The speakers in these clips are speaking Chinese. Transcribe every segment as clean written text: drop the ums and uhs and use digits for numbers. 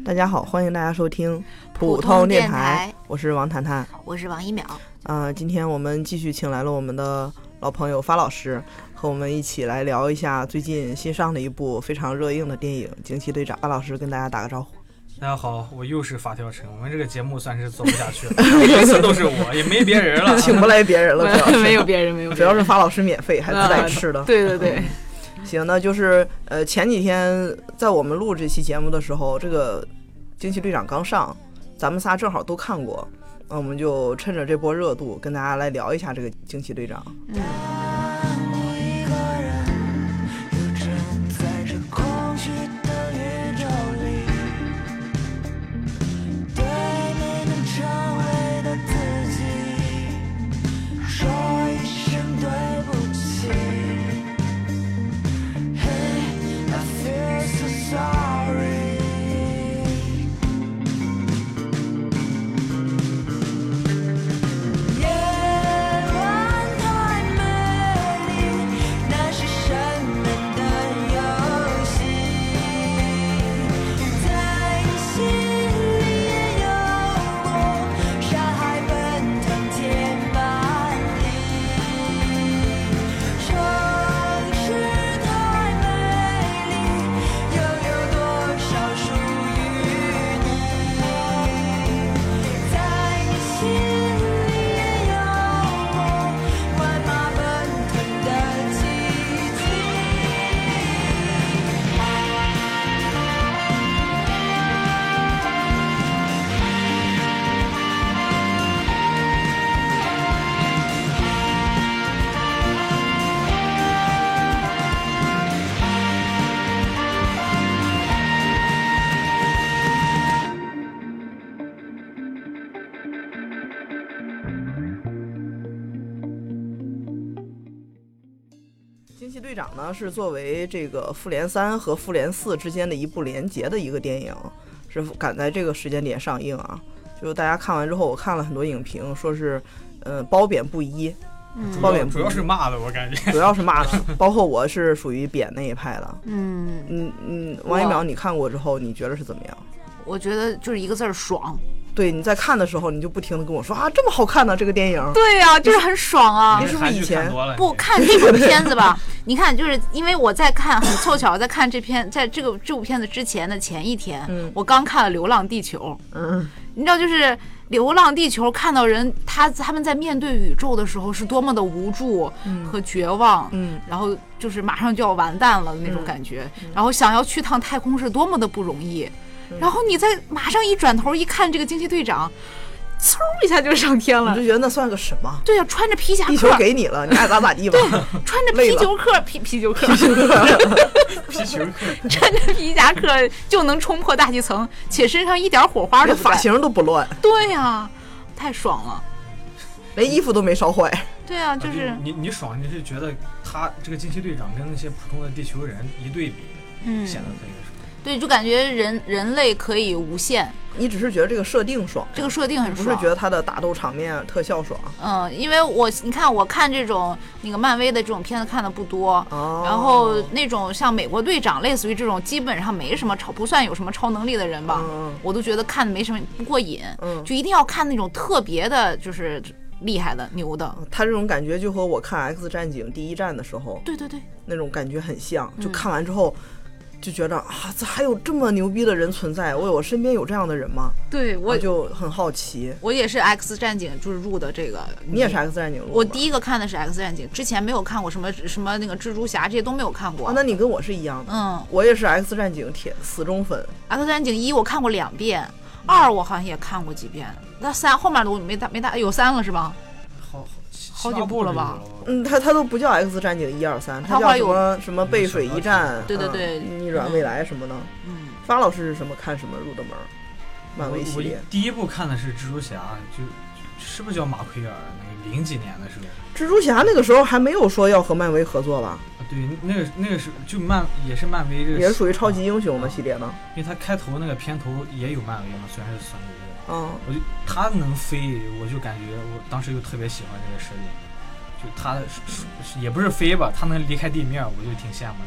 大家好，欢迎大家收听普通电台，我是王谈谈， 我是王一淼。 今天我们继续请来了我们的老朋友发老师，和我们一起来聊一下最近新上的一部非常热映的电影《惊奇队长》。发老师跟大家打个招呼。 大家好，我又是发条陈，我们这个节目算是做不下去了，每次都是我，也没别人了， 请不来别人了， 没有别人， 主要是发老师免费还自带吃的。 对。 行，那就是前几天在我们录这期节目的时候，这个惊奇队长刚上，咱们仨正好都看过，那我们就趁着这波热度跟大家来聊一下这个惊奇队长。惊奇队长呢是作为这个复联3和复联4之间的一部连结的一个电影，是赶在这个时间点上映啊。就大家看完之后，我看了很多影评，说是褒贬不一。 主要是骂的，我感觉主要是骂的，包括我是属于贬那一派的。王一淼，你看过之后你觉得是怎么样？ 我觉得就是一个字儿爽。 对，你在看的时候你就不停的跟我说啊，这么好看呢这个电影。 对呀，就是很爽啊。 你是不是以前不看这部片子吧？你看，就是因为我在看，很凑巧在看这部片子之前的前一天，我刚看了《流浪地球》。你知道，就是《流浪地球》看到人他们在面对宇宙的时候是多么的无助和绝望，然后就是马上就要完蛋了的那种感觉，然后想要去趟太空是多么的不容易。然后你再马上一转头一看这个惊奇队长，嗖一下就上天了， 你就觉得那算个什么？ 对呀，穿着皮夹克， 地球给你了，你爱咋地吧。 对，穿着皮球克，皮球克，穿着皮夹克就能冲破大气层，且身上一点火花都不带， 发型都不乱。 对呀，太爽了， 连衣服都没烧坏。 对啊，就是你爽，你是觉得他这个惊奇队长跟那些普通的地球人一对比，显得特别爽。 对，就感觉人类可以无限。 你只是觉得这个设定爽， 这个设定很爽， 不是觉得它的打斗场面特效爽。 因为你看我看这种那个漫威的这种片子看的不多，然后那种像美国队长类似于这种基本上没什么不算有什么超能力的人吧，我都觉得看的没什么不过瘾，就一定要看那种特别的就是厉害的牛的。 他这种感觉就和我看 X 战警第一站的时候， 对那种感觉很像，就看完之后就觉得这还有这么牛逼的人存在，我身边有这样的人吗？ 对，我就很好奇。 我也是 X 战警就是入的这个。 你也是 X 战警入的？ 我第一个看的是 X 战警，之前没有看过什么那个蜘蛛侠，这些都没有看过。 那你跟我是一样的。我也是 X 战警死忠粉。 X 战警1我看过2遍，2我好像也看过几遍，那3后面的我没打，有3了是吧？好几部了吧？ 他都不叫 X 战警1、2、3，他叫什么背水一战， 对， 逆转未来什么的。发老师是什么看什么入的门？漫威系列。 我第一部看的是蜘蛛侠，就是不是叫马奎尔？那个00几年的时候。 蜘蛛侠那个时候还没有说要和漫威合作吧？ 对，那个是就也是漫威这个， 也是属于超级英雄的系列呢。 因为他开头那个片头也有漫威嘛，虽然是孙武。他能飞，我就感觉我当时就特别喜欢这个设定，就他也不是飞吧，他能离开地面，我就挺羡慕他。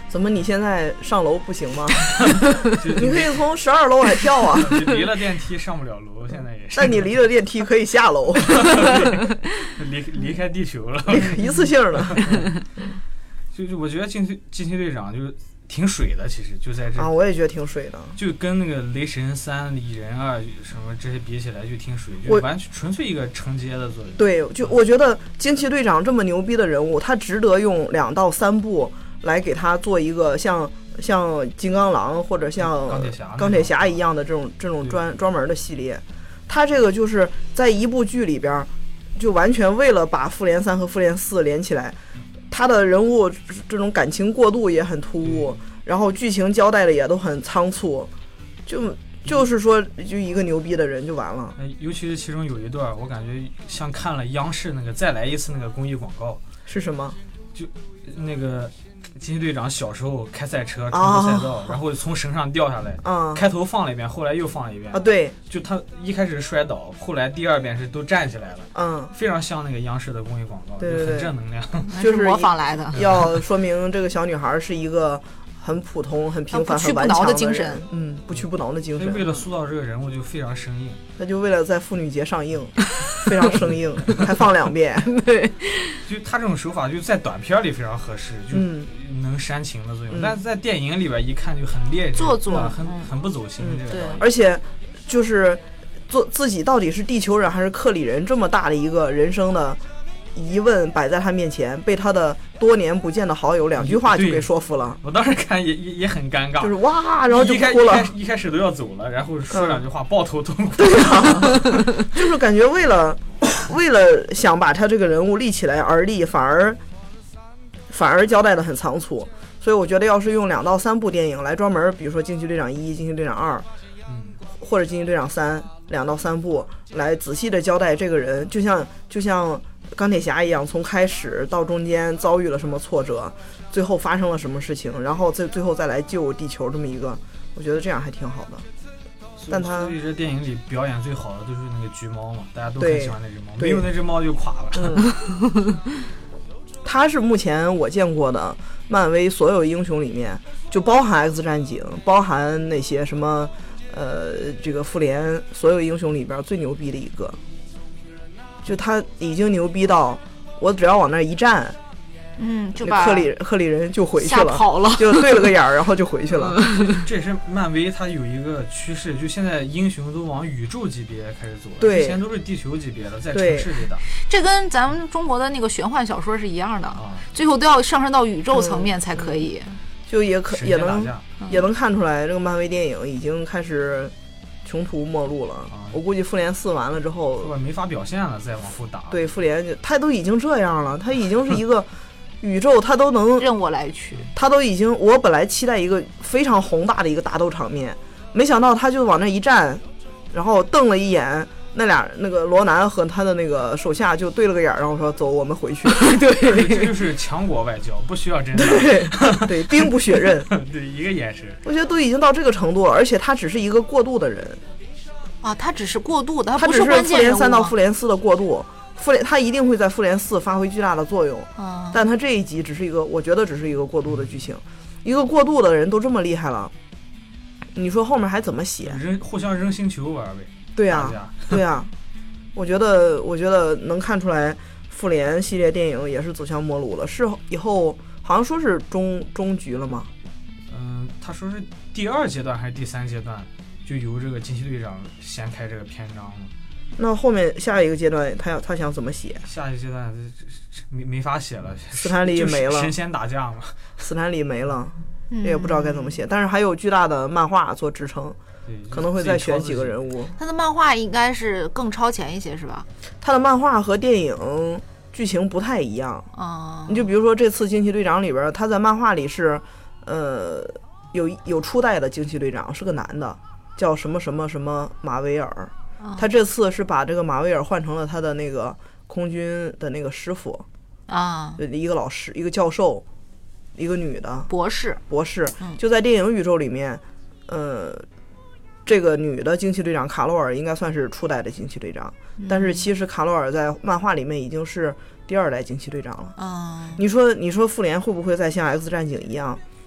怎么你现在上楼不行吗？你可以从12楼还跳啊！ 离了电梯上不了楼，现在也是。 但你离了电梯可以下楼， 离开地球了， 一次性的。 就我觉得惊奇队长就是挺水的，其实就在这啊，我也觉得挺水的， 就跟那个雷神3、蚁人2什么这些比起来就挺水，就完全纯粹一个承接的作用。 对，就我觉得惊奇队长这么牛逼的人物，他值得用2到3部来给他做一个像金刚狼或者像钢铁侠一样的这种专门的系列。他这个就是在一部剧里边，就完全为了把复联3和复联4连起来。他的人物这种感情过渡也很突兀，然后剧情交代的也都很仓促，就是说就一个牛逼的人就完了。 尤其是其中有一段，我感觉像看了央视那个再来一次那个公益广告。 是什么？ 就那个惊奇队长小时候开赛车冲出赛道，然后从绳上掉下来，开头放了一遍，后来又放了一遍啊。对， 就他一开始摔倒，后来第2遍是都站起来了，非常像那个央视的公益广告， 对， 很正能量， 就是模仿来的。 要说明这个小女孩是一个很普通、很平凡、很顽强的精神， 不屈不挠的精神。 为了塑造这个人物就非常生硬， 他就为了在妇女节上映，非常生硬，还放2遍。对， 就他这种手法就在短片里非常合适，就能煽情的作用，但是在电影里边一看就很劣质、 做作， 很不走心。这个而且就是做自己到底是地球人还是克里人这么大的一个人生的疑问摆在他面前，被他的多年不见的好友2句话就给说服了。 我当时看也很尴尬， 就是哇，然后就哭了。 一开始都要走了，然后说2句话，抱头痛哭。 对啊，就是感觉为了想把他这个人物立起来而立，反而交代的很仓促。所以我觉得要是用2到3部电影来专门，比如说惊奇队长1、惊奇队长2，或者惊奇队长3 2到3部来仔细的交代这个人，就像钢铁侠一样，从开始到中间遭遇了什么挫折，最后发生了什么事情，然后最后再来救地球，这么一个，我觉得这样还挺好的。但所以这电影里表演最好的就是那个橘猫嘛，大家都很喜欢那只猫，没有那只猫就垮了。 他是目前我见过的漫威所有英雄里面，就包含 X 战警，包含那些什么这个复联所有英雄里边最牛逼的一个。就他已经牛逼到我只要往那一站， 就把克里人就回去了，跑了， 就对了个眼儿，然后就回去了。 这也是漫威它有一个趋势，就现在英雄都往宇宙级别开始走了， 对， 之前都是地球级别的，在城市里的。 这跟咱们中国的那个玄幻小说是一样的，最后都要上升到宇宙层面才可以。 就也能看出来，这个漫威电影已经开始穷途末路了。我估计复联4完了之后没法表现了，再往后打。 对，复联他都已经这样了，他已经是一个宇宙，他都能任我来去。 他都已经，我本来期待一个非常宏大的一个打斗场面，没想到他就往那一站，然后瞪了一眼，那个罗南和他的那个手下就对了个眼，然后说走，我们回去。对， 这就是强国外交，不需要真的。 对，兵不血刃。 对，一个眼神。 我觉得都已经到这个程度了，而且他只是一个过渡的人。 他只是过渡的， 他不是关键人物。 复联3到复联4的过渡，他一定会在复联4发挥巨大的作用。但他这一集只是一个，我觉得只是一个过渡的剧情。一个过渡的人都这么厉害了，你说后面还怎么写？ 互相扔星球玩呗。 对呀，对呀。我觉得能看出来，复联系列电影也是走向末路了。是以后好像说是终局了吗？ 他说是第2阶段还是第3阶段？就由这个惊奇队长掀开这个篇章了。 那后面下一个阶段他想怎么写？ 下一个阶段没法写了， 斯坦李没了， 神仙打架嘛， 斯坦李没了，这也不知道该怎么写。但是还有巨大的漫画做支撑，可能会再选几个人物。 他的漫画应该是更超前一些，是吧？ 他的漫画和电影剧情不太一样你就比如说这次惊奇队长里边，他在漫画里是有初代的惊奇队长是个男的，叫什么什么什么马维尔。他这次是把这个马维尔换成了他的那个空军的那个师傅一个老师，一个教授，一个女的博士。 就在电影宇宙里面，这个女的惊奇队长卡洛尔应该算是初代的惊奇队长，但是其实卡洛尔在漫画里面已经是第2代惊奇队长了。你说复联会不会再像 X 战警一样，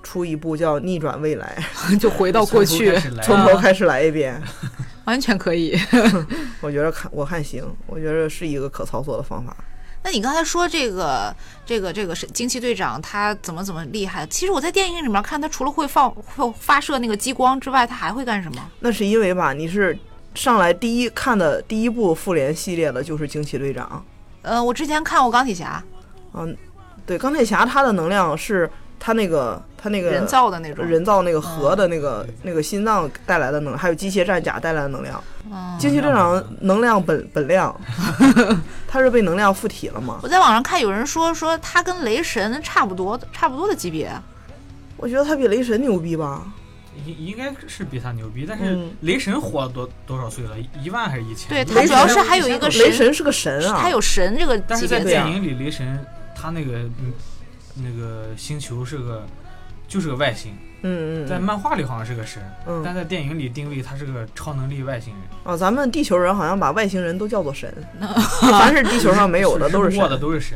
出一部叫《逆转未来》， 就回到过去， 从头开始来一遍， 完全可以。 我觉得我看行，我觉得是一个可操作的方法。 那你刚才说这个是惊奇队长他怎么厉害？其实我在电影里面看，他除了会发射那个激光之外，他还会干什么？ 那是因为吧，你是上来看的第一部复联系列的就是惊奇队长。 我之前看过钢铁侠。 对，钢铁侠他的能量是他那个人造的那种人造那个核的那个心脏带来的能量，还有机械战甲带来的能量。惊奇队长能量本量，他是被能量附体了吗？ 我在网上看有人说他跟雷神差不多的级别。 我觉得他比雷神牛逼吧。 应该是比他牛逼，但是雷神活了多少岁了？1万还是1000？ 对，他主要是还有一个雷神是个神啊， 他有神这个级别。 但是在电影里，雷神他那个星球就是个外星。在漫画里好像是个神，但在电影里定位他是个超能力外星人。 咱们地球人好像把外星人都叫做神，凡是地球上没有的都是神。 过的都是神。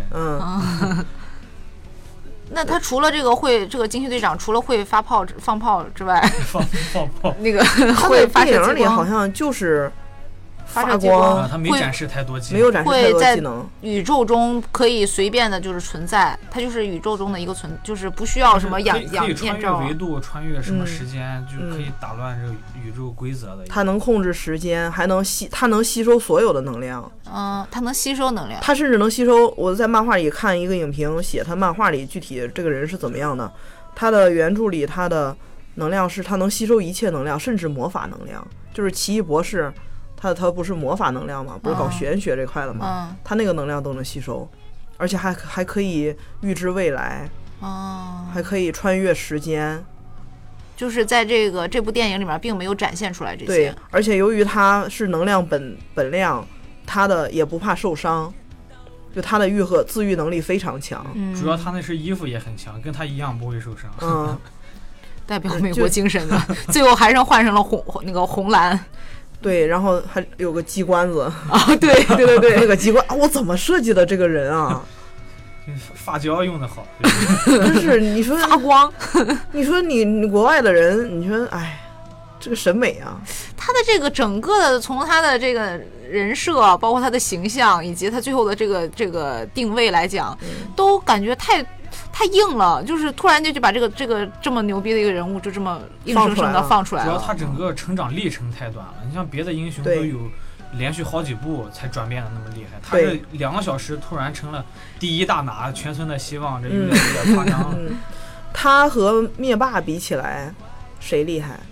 那他除了这个惊奇队长除了会放炮之外，放炮那个会发射激光。 电影里好像就是发光， 他没展示太多技能， 没有展示太多技能。 宇宙中可以随便的就是存在，它就是宇宙中的一个就是不需要什么可以穿越维度，穿越什么时间，就可以打乱这个宇宙规则的。 它能控制时间，它能吸收所有的能量。 它能吸收能量。 它甚至能吸收。我在漫画里看一个影评，写他漫画里具体这个人是怎么样的。他的原著里，他的能量是他能吸收一切能量，甚至魔法能量。就是奇异博士。他不是魔法能量吗？不是搞玄学这块的吗？他那个能量都能吸收，而且还可以预知未来，还可以穿越时间。 就是在这部电影里面并没有展现出来这些。 对，而且由于他是能量本量，他的也不怕受伤，就他的自愈能力非常强。 主要他那身衣服也很强，跟他一样不会受伤。 代表美国精神的，最后还是换成了红蓝。 对，然后还有个鸡冠子对， 那个鸡冠我怎么设计的这个人啊？ 发胶用的好， 真是你说发光。 你说你国外的人，你说这个审美啊， 他的这个整个的从他的这个人设，包括他的形象，以及他最后的这个定位来讲，都感觉太硬了，就是突然就把这个这么牛逼的一个人物就这么硬生生的放出来了。 主要他整个成长历程太短了，你像别的英雄都有连续好几部才转变的那么厉害，他是2个小时突然成了第一大拿，全村的希望，这有点夸张了。 他和灭霸比起来，谁厉害？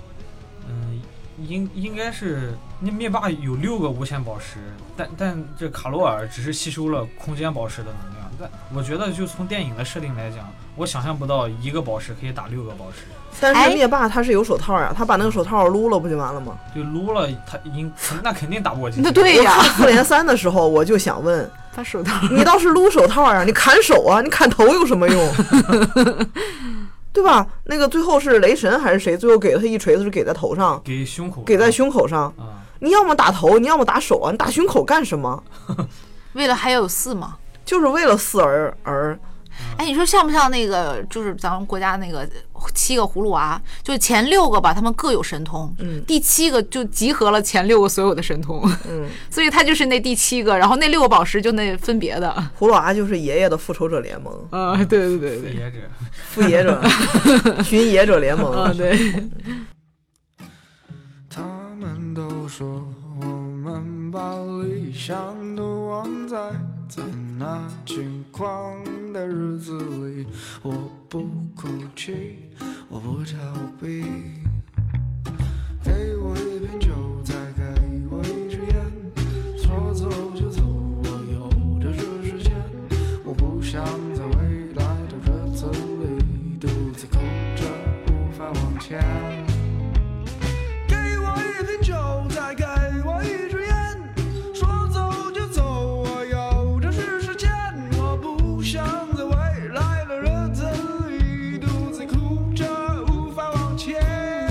应该是那灭霸有6个无限宝石，但这卡罗尔只是吸收了空间宝石的能量。但我觉得就从电影的设定来讲，我想象不到1个宝石可以打6个宝石。 但是灭霸他是有手套呀，他把那个手套撸了不就完了吗？ 对，撸了那肯定打不过惊奇。 对呀， 我看复联3的时候我就想问， 他手套， 你倒是撸手套呀，你砍手啊，你砍头有什么用？对吧？那个最后是雷神还是谁？最后给了他一锤子，是给在头上，给在胸口上。你要么打头，你要么打手啊！你打胸口干什么？ 为了还要有4嘛？ 就是为了4而。 你说像不像那个？就是咱们国家那个7个葫芦娃，就是前6个吧，他们各有神通，第7个就集合了前6个所有的神通，所以他就是那第7个，然后那6个宝石就那分别的。 葫芦娃就是爷爷的复仇者联盟对， 复野者，寻野者联盟对。 他们都说我们把理想都忘在那轻狂的日子里，我不哭泣，我不逃避，给我一瓶酒，再给我一支烟，说走就走，我有的是时间，我不想在未来的日子里独自哭着无法往前，给我一瓶酒，再给我一支烟，说走就走，我有的是时间，我不想在未来的日子里独自哭着无法往前。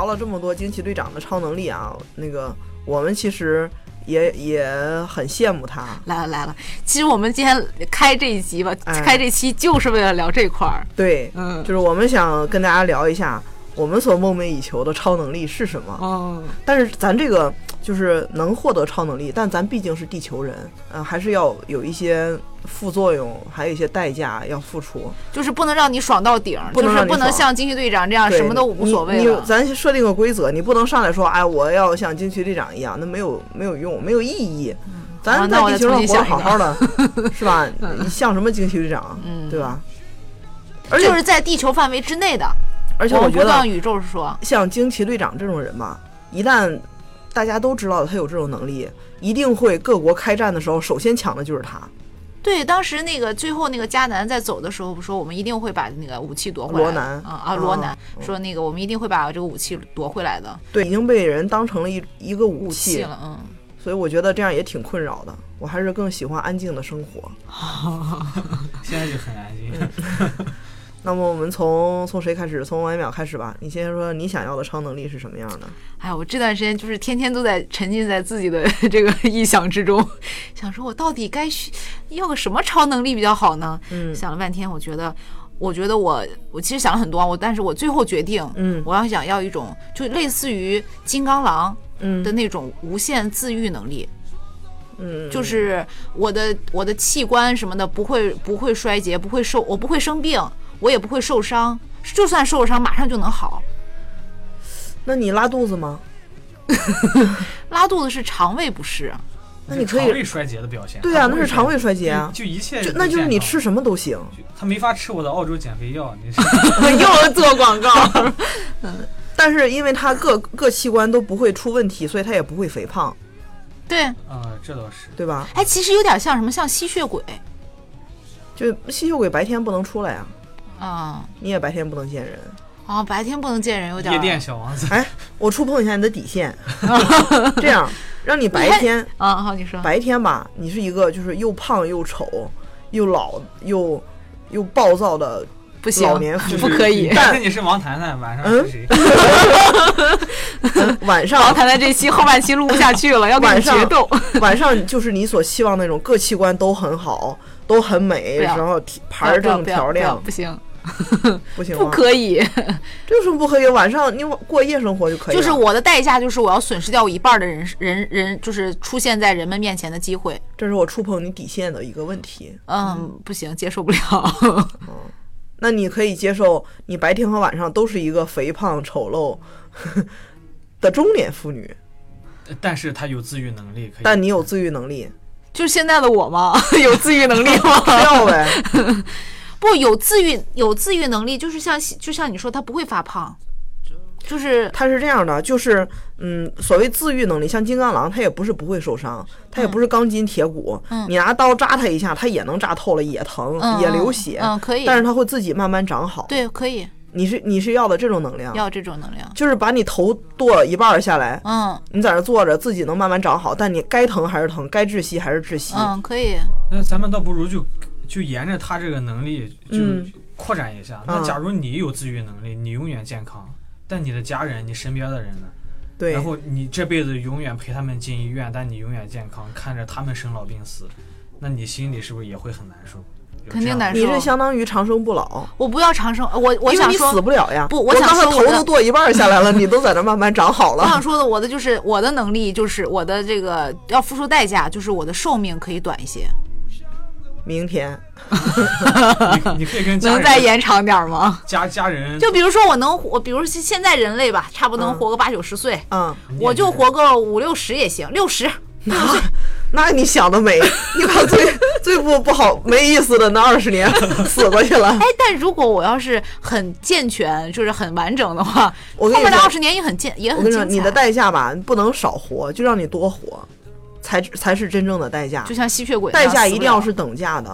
聊了这么多惊奇队长的超能力啊，那个我们其实也很羡慕他。 来了，其实我们今天开这一集吧，开这期就是为了聊这块儿。 对，就是我们想跟大家聊一下我们所梦寐以求的超能力是什么。但是咱这个就是能获得超能力，但咱毕竟是地球人，还是要有一些副作用，还有一些代价要付出， 就是不能让你爽到顶，就是不能像惊奇队长这样什么都无所谓了。 咱设定个规则，你不能上来说，哎，我要像惊奇队长一样，那没有用，没有意义。咱在地球上活得好好的，是吧？你像什么惊奇队长，对吧？ 而且就是在地球范围之内的。 而且我觉得宇宙是说， 像惊奇队长这种人吧，一旦大家都知道他有这种能力，一定会各国开战的时候首先抢的就是他。 对，当时那个最后那个迦南在走的时候说，我们一定会把那个武器夺回来。罗南说那个我们一定会把这个武器夺回来的。 对，已经被人当成了一个武器了， 所以我觉得这样也挺困扰的。我还是更喜欢安静的生活。 现在就很安静。 那么我们从谁开始？从王一淼开始吧。你先说你想要的超能力是什么样的？ 哎，我这段时间就是天天都在沉浸在自己的这个臆想之中，想说我到底该要个什么超能力比较好呢？想了半天，我觉得我其实想了很多，但是我最后决定，我想要一种就类似于金刚狼的那种无限自愈能力。就是我的器官什么的不会衰竭，我不会生病。我也不会受伤，就算受伤马上就能好。 那你拉肚子吗？ 拉肚子是肠胃不适。 那你可以肠胃衰竭的表现。 对啊，那是肠胃衰竭啊。 就一切那就是你吃什么都行。 他没法吃我的澳洲减肥药，你又做广告。 但是因为他各器官都不会出问题，所以他也不会肥胖。 对， 这倒是， 对吧？ 哎，其实有点像什么，像吸血鬼。 就吸血鬼白天不能出来啊， 你也白天不能见人啊，白天不能见人，有点夜店小王子。 哎，我触碰一下你的底线，这样让你白天好，你说白天吧，你是一个就是又胖又丑又老又暴躁的不行， 老年妇女， 不可以。 但你是王谈谈，晚上是谁？ 晚上王谈谈这期后半期录不下去了，要跟你决斗。 晚上就是你所希望那种各器官都很好。都很美，然后牌正漂亮， 不行， 不行， 不可以。 这有什么不可以？晚上你过夜生活就可以了。 就是我的代价，就是我要损失掉我一半的人，就是出现在人们面前的机会。 这是我触碰你底线的一个问题。 不行，接受不了。 那你可以接受你白天和晚上都是一个肥胖丑陋的中年妇女， 但是她有自愈能力，可以。 但你有自愈能力。 就是现在的我吗？有自愈能力吗？ 要呗。 不，有自愈能力，就像你说，他不会发胖，就是他是这样的，就是所谓自愈能力，像金刚狼，他也不是不会受伤，他也不是钢筋铁骨，你拿刀扎他一下，他也能扎透了，也疼，也流血， 可以， 但是他会自己慢慢长好。 对，可以。 你是要的这种能量， 要这种能量， 就是把你头剁一半下来，你在那坐着，自己能慢慢长好，但你该疼还是疼，该窒息还是窒息， 可以。 那咱们倒不如就沿着他这个能力就扩展一下。那假如你有自愈能力，你永远健康，但你的家人、你身边的人呢？ 对。 然后你这辈子永远陪他们进医院，但你永远健康，看着他们生老病死，那你心里是不是也会很难受？ 肯定难受。 你这相当于长生不老。 我不要长生，我想说， 因为你死不了呀。 不，我想说头都剁一半下来了，你都在那慢慢长好了。 我想说的，我的能力就是我的这个要付出代价，就是我的寿命可以短一些。 明天， 你可以跟家人能再延长点吗？ 家人， 就比如说比如现在人类吧，差不多能活个80-90岁，我就活个50-60也行，60。 那你想得美，你把最不好没意思的那20年死过去了。 哎，但如果我要是很健全，就是很完整的话， 我跟你说， 后面的20年也很精彩。我跟你说， 你的代价吧，不能少活，就让你多活，才是真正的代价。 就像吸血鬼， 代价一定要是等价的。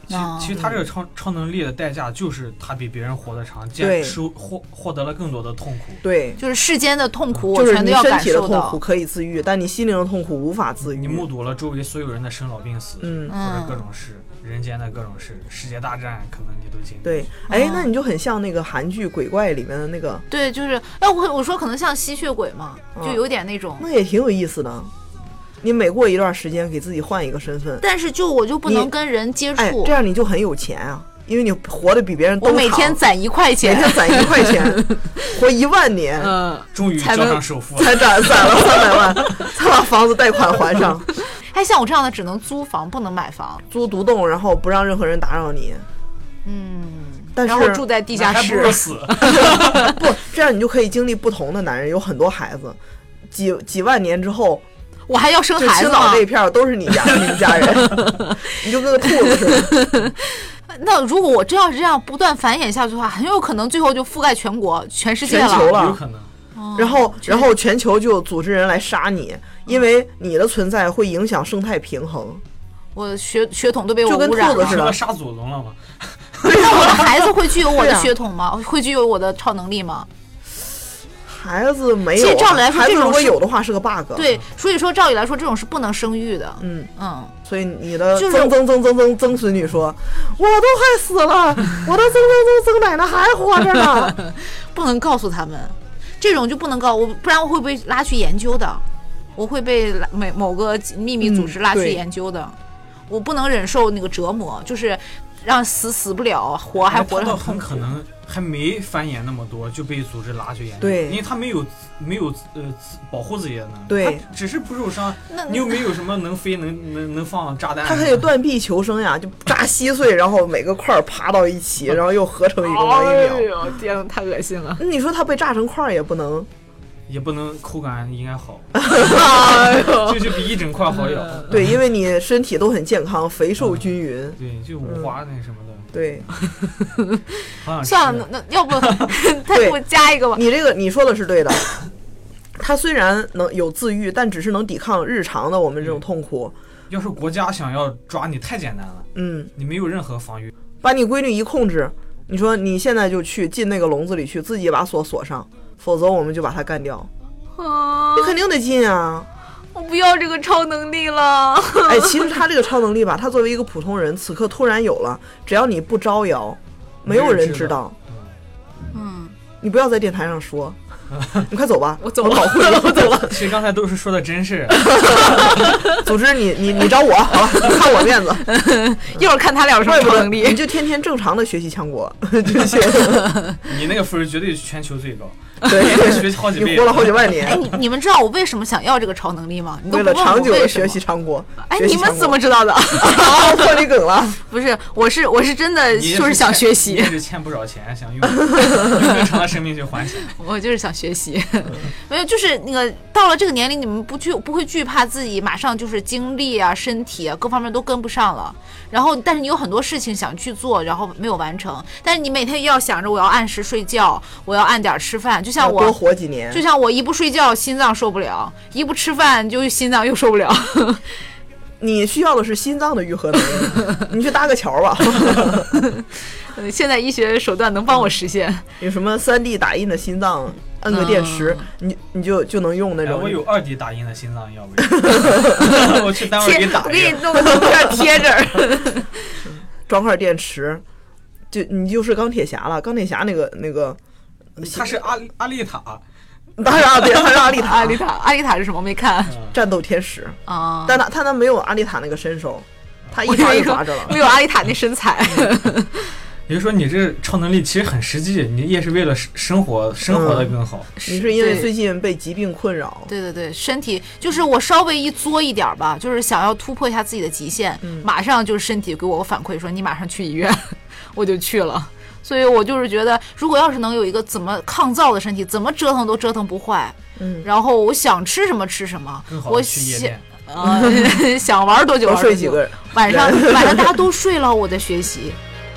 其实他这个超能力的代价就是他比别人活得长，获得了更多的痛苦。 对， 就是世间的痛苦， 就是我全都要感受到。 你身体的痛苦可以自愈，但你心灵的痛苦无法自愈。 你目睹了周围所有人的生老病死，或者各种事，人间的各种事，世界大战可能你都经历。 对，那你就很像那个韩剧《鬼怪》里面的那个。 对，就是我说可能像吸血鬼嘛，就有点那种。 那也挺有意思的。你每过一段时间给自己换一个身份， 但是我就不能跟人接触， 这样你就很有钱啊，因为你活得比别人都长。 我每天攒1块钱， 每天攒1块钱，活1万年， 终于交上首付， 才攒了300万，才把房子贷款还上。 像我这样的只能租房，不能买房， 租独栋，然后不让任何人打扰你。但是然后住在地下室， 还不如死。 不，这样你就可以经历不同的男人，有很多孩子，几万年之后。 我还要生孩子吗？ 青岛这一片都是你们家人，你就跟个兔子似的。 那如果我这样不断繁衍下去的话，很有可能最后就覆盖全国、全世界了。 全球了， 有可能。 然后全球就组织人来杀你，因为你的存在会影响生态平衡。 我的血统都被我污染了， 就跟兔子似的， 杀祖宗了吗？ 那我的孩子会具有我的血统吗？会具有我的超能力吗？ 孩子没有， 其实照理来说， 孩子如果有的话是个 bug。 对，所以说照理来说，这种是不能生育的。 所以你的曾孙女说，我都快死了，我的曾奶奶还活着呢， 不能告诉他们，这种就不能告我，不然我会被拉去研究的，我会被某个秘密组织拉去研究的，我不能忍受那个折磨，就是让死不了，活还活得很可能。还没繁衍那么多就被组织拉去研究， 对， 因为他没有保护自己的能力， 对， 他只是不受伤。你又没有什么能飞能放炸弹， 他还得断臂求生呀，就扎稀碎，然后每个块爬到一起，然后又合成一个1秒。 哎呦，天哪，太恶心了！ 你说他被炸成块也不能口感应该好，就比一整块好咬。 对，因为你身体都很健康，肥瘦均匀。 对，就五花那什么的。 对， 算了，那要不再给我加一个吧？ 你说的是对的。它虽然能有自愈，但只是能抵抗日常的我们这种痛苦。 要是国家想要抓你，太简单了。你没有任何防御， 把你规律一控制，你说你现在就去进那个笼子里去，自己把锁锁上，否则我们就把它干掉。你肯定得进啊！ 我不要这个超能力了。 其实他这个超能力吧，他作为一个普通人，此刻突然有了，只要你不招摇，没有人知道。你不要在电台上说。你快走吧， 我走了， 保护你，我走了。 其实刚才都是说的真事。 组织你找我，好吧，看我面子。 一会儿看他俩有什么超能力， 你就天天正常的学习强国就行。 你那个分绝对全球最高。 对， 学好几倍， 你活了好几万年。 你们知道我为什么想要这个超能力吗？你都为了长久的学习长国。 你们怎么知道的？ 破你梗了。 不是，我是真的就是想学习。 你是欠不少钱，想用更长的生命去还钱。 我就是想学习，没有，就是那个到了这个年龄，你们不会惧怕自己马上就是精力啊、身体啊各方面都跟不上了。然后，但是你有很多事情想去做，然后没有完成。但是你每天要想着我要按时睡觉，我要按点吃饭。就像我多活几年， 就像我一不睡觉心脏受不了，一不吃饭就心脏又受不了。 你需要的是心脏的愈合能力，你去搭个桥吧。 现在医学手段能帮我实现。 有什么3D 打印的心脏，摁个电池，你就能用那种。 我有2D 打印的心脏，要不然我去单位给打一个。 我给你弄个图片贴这儿， 装块电池，你就是钢铁侠了。钢铁侠那个， 他是阿丽塔。 他是阿丽塔。 阿丽塔是什么？没看。 战斗天使啊， 但他没有阿丽塔那个身手，他一抓就抓着了。 没有阿丽塔那身材。 也就是说，你这超能力其实很实际，你也是为了生活的更好。 你是因为最近被疾病困扰。 对，身体就是我稍微一作一点吧，就是想要突破一下自己的极限，马上就是身体给我反馈说你马上去医院，我就去了。所以我就是觉得，如果要是能有一个怎么抗造的身体，怎么折腾都折腾不坏，然后我想吃什么吃什么，我想玩多久玩多久， 睡几个人， 晚上大家都睡了，我在学习。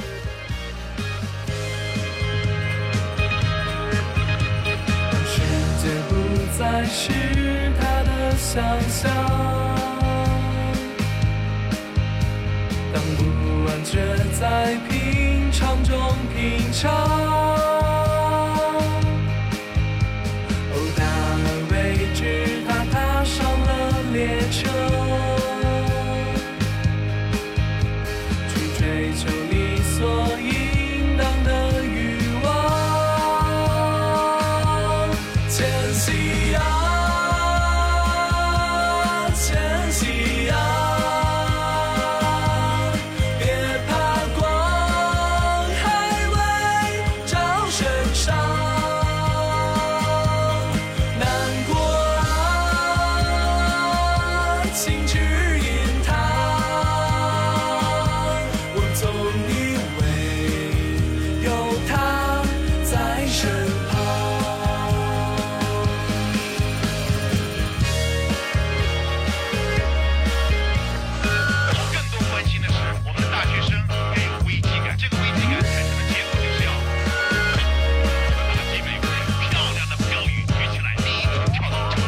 世界不再是他的想象，当不完全列车，去追求理所应当的欲望。前夕啊，前夕啊，别怕光还未照身上，难过啊，请指引它，我总以为有它在身旁。 更多关心的是，我们的大学生该有危机感，这个危机感产生的结果就是要拿起玫瑰，漂亮的标语举起来，第一个跳到场。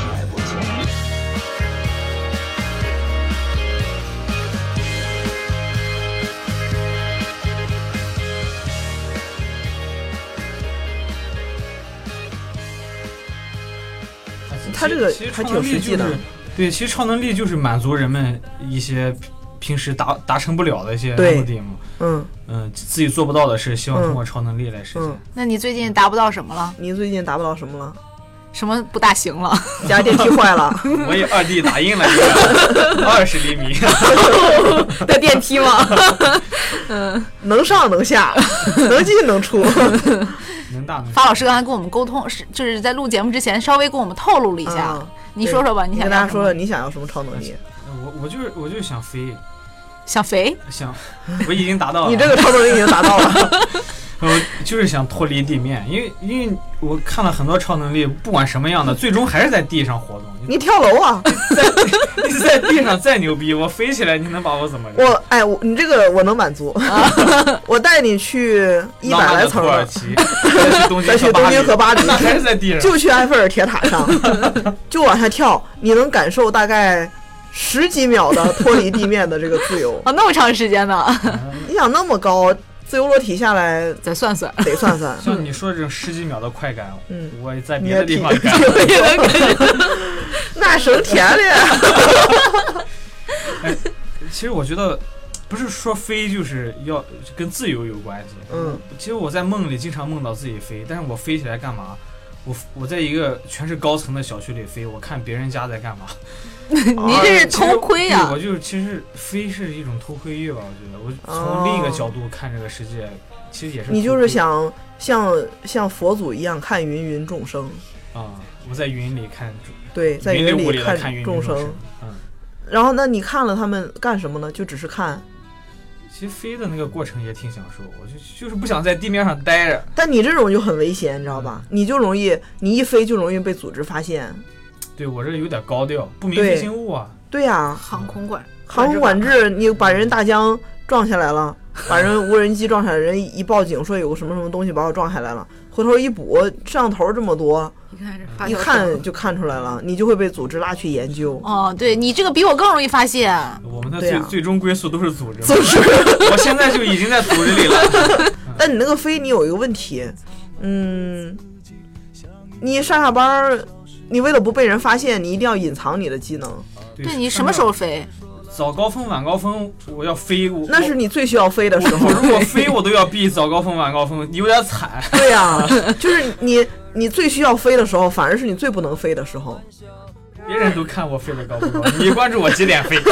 他这个其实还挺实际的超能力就是。对，其实超能力就是满足人们一些平时达成不了的一些对目的嘛。自己做不到的事，希望通过超能力来实现。 那你最近达不到什么了？ 你最近达不到什么了？ 什么不大行了？ 家电梯坏了， 我也2D 打印了一个20厘米， 的电梯吗？ 能上能下，能进能出。 能大能小。 法老师刚才跟我们沟通，就是在录节目之前稍微跟我们透露了一下。你说说吧，你想跟大家说说要什么？ 你想要什么超能力？ 我就是想飞， 想肥？ 我已经达到了。 你这个超能力已经达到了。 我就是想脱离地面，因为我看了很多超能力，不管什么样的，最终还是在地上活动。 你跳楼啊！ 你在地上再牛逼，我飞起来，你能把我怎么着？ 你这个我能满足。我带你去100来层土耳的， 其，再去东京和巴黎， 那还是在地上， 就去埃菲尔铁塔上，就往下跳，你能感受大概10几秒的脱离地面的这个自由。 哦，那么长时间呢？ 你想那么高，自由落体下来， 再算算， 得算算。 像你说这种10几秒的快感，我也在你别的地方干， 那省钱了呀。 其实我觉得，不是说飞就是要跟自由有关系。其实我在梦里经常梦到自己飞，但是我飞起来干嘛？我在一个全是高层的小区里飞，我看别人家在干嘛。 你这是偷窥呀！ 我就其实飞是一种偷窥欲吧，我觉得我从另一个角度看这个世界，其实也是。 你就是想像佛祖一样看芸芸众生啊！我在云里看， 对，在云里看众生。然后那你看了他们干什么呢？就只是看。 其实飞的那个过程也挺享受，我就是不想在地面上待着。 但你这种就很危险，你知道吧？你一飞就容易被组织发现。 对，我这有点高调，不明飞行物啊。 对呀， 航空管制，你把人大疆撞下来了，把人无人机撞下来，人一报警说有个什么什么东西把我撞下来了，回头一补，摄像头这么多，一看就看出来了，你就会被组织拉去研究。 哦，对，你这个比我更容易发现。 我们的最终归宿都是组织。我现在就已经在组织里了。 但你那个飞，你有一个问题，你上下班，你为了不被人发现，你一定要隐藏你的技能。 对，你什么时候飞？ 早高峰、晚高峰，我要飞。 那是你最需要飞的时候。 如果飞，我都要避早高峰、晚高峰，有点惨。 对呀，就是你最需要飞的时候，反而是你最不能飞的时候。 别人都看我飞得高不高，你关注我几点飞。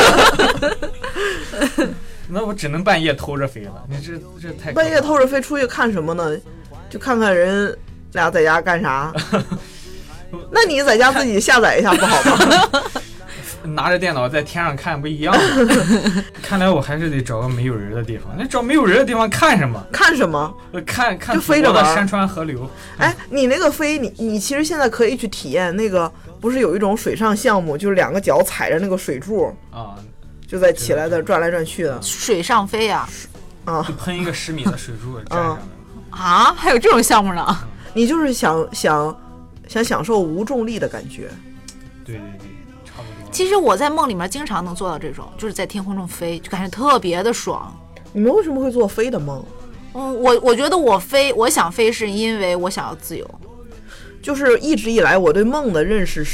那我只能半夜偷着飞了。你这太半夜偷着飞出去看什么呢？就看看人俩在家干啥。那你在家自己下载一下不好吗？ 拿着电脑在天上看不一样吗？看来我还是得找个没有人的地方。那找没有人的地方看什么？ 看什么？ 看就飞着玩山川河流。 哎，你那个飞，你其实现在可以去体验那个，不是有一种水上项目，就是2个脚踩着那个水柱啊， 就在起来的转来转去的。 水上飞呀！ 就喷一个10米的水柱站上来。 啊，还有这种项目呢？ 你就是想享受无重力的感觉。 对。差不多。 其实我在梦里面经常能做到这种，就是在天空中飞，就感觉特别的爽。 你们为什么会做飞的梦？ 我觉得我想飞是因为我想要自由。 就是一直以来我对梦的认识是，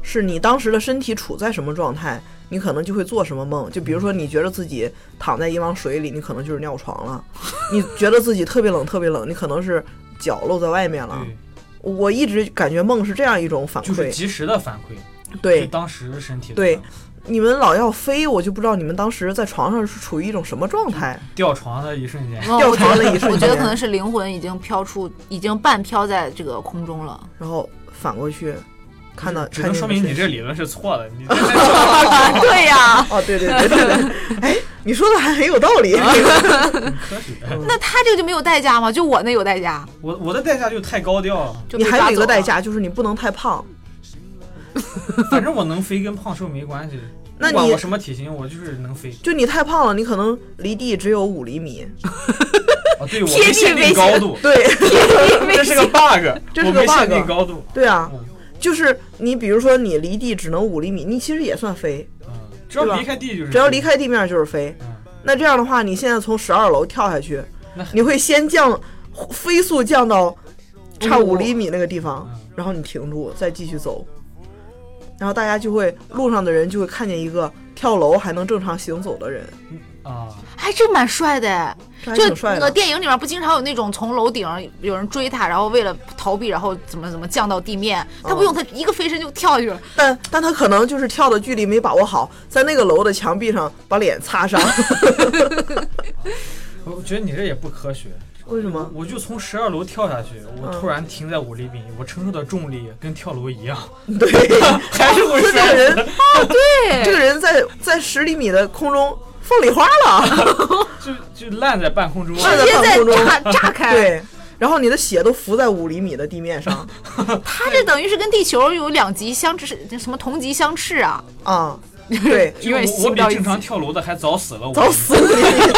是你当时的身体处在什么状态，你可能就会做什么梦。就比如说你觉得自己躺在一汪水里，你可能就是尿床了；你觉得自己特别冷特别冷，你可能是脚露在外面了。我一直感觉梦是这样一种反馈， 就是及时的反馈， 对， 是当时身体的对。你们老要飞，我就不知道你们当时在床上是处于一种什么状态。 掉床的一瞬间， 掉床的一瞬间， 我觉得可能是灵魂已经飘出，已经半飘在这个空中了。 然后反过去看到， 只能说明你这理论是错的。你对呀， 哦，对，哎，你说的还很有道理。 科学。 那他这个就没有代价吗？就我那有代价。 我的代价就太高调了。 你还有一个代价，就是你不能太胖。 反正我能飞跟胖瘦没关系， 那你不管我什么体型，我就是能飞。 就你太胖了，你可能离地只有5厘米。 哦，对，我没限定高度。 对， 这是个 bug， 这是个 bug。 我没限定高度。 对啊，就是你比如说你离地只能5厘米，你其实也算飞。 只要离开地就是。 只要离开地面就是飞。那这样的话，你现在从12楼跳下去，你会先飞速降到差5厘米那个地方，然后你停住，再继续走。然后大家就会，路上的人就会看见一个跳楼还能正常行走的人啊，还真蛮帅的。 就那个电影里面不经常有那种从楼顶有人追他，然后为了逃避，然后怎么降到地面，他不用，他一个飞身就跳下去了。 但他可能就是跳的距离没把握好，在那个楼的墙壁上把脸擦伤。 我觉得你这也不科学。 为什么？ 我就从12楼跳下去，我突然停在5厘米，我承受的重力跟跳楼一样。 对， 还是会摔死。 这个人对，这个人在10厘米的空中放礼花了， 就烂在半空中， 烂在半空中炸开。 对，然后你的血都浮在5厘米的地面上。 他这等于是跟地球有2极相斥，什么同极相斥啊？ 啊。对， 因为我比正常跳楼的还早死了， 早死了，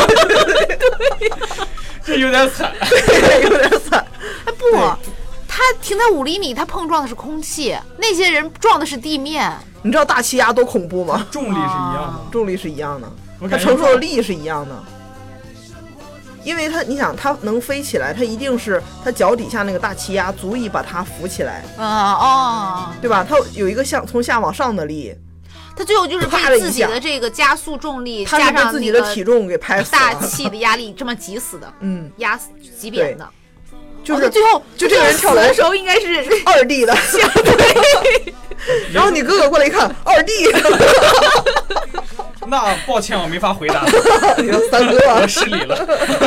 这有点惨， 对，有点惨。 哎不，他停在5厘米，他碰撞的是空气，那些人撞的是地面。 你知道大气压多恐怖吗？ 重力是一样的， 重力是一样的，他承受的力是一样的。因为你想，他能飞起来，他一定是他脚底下那个大气压足以把他扶起来，对吧？他有一个从下往上的力。 他最后就是被自己的这个加速重力加上自己的体重给拍死了， 大气的压力这么挤死的，压死挤扁的， 就是最后就这个人跳楼的时候应该是 2D 的，然后你哥哥过来一看2D， 那抱歉我没法回答， 三哥我失礼了。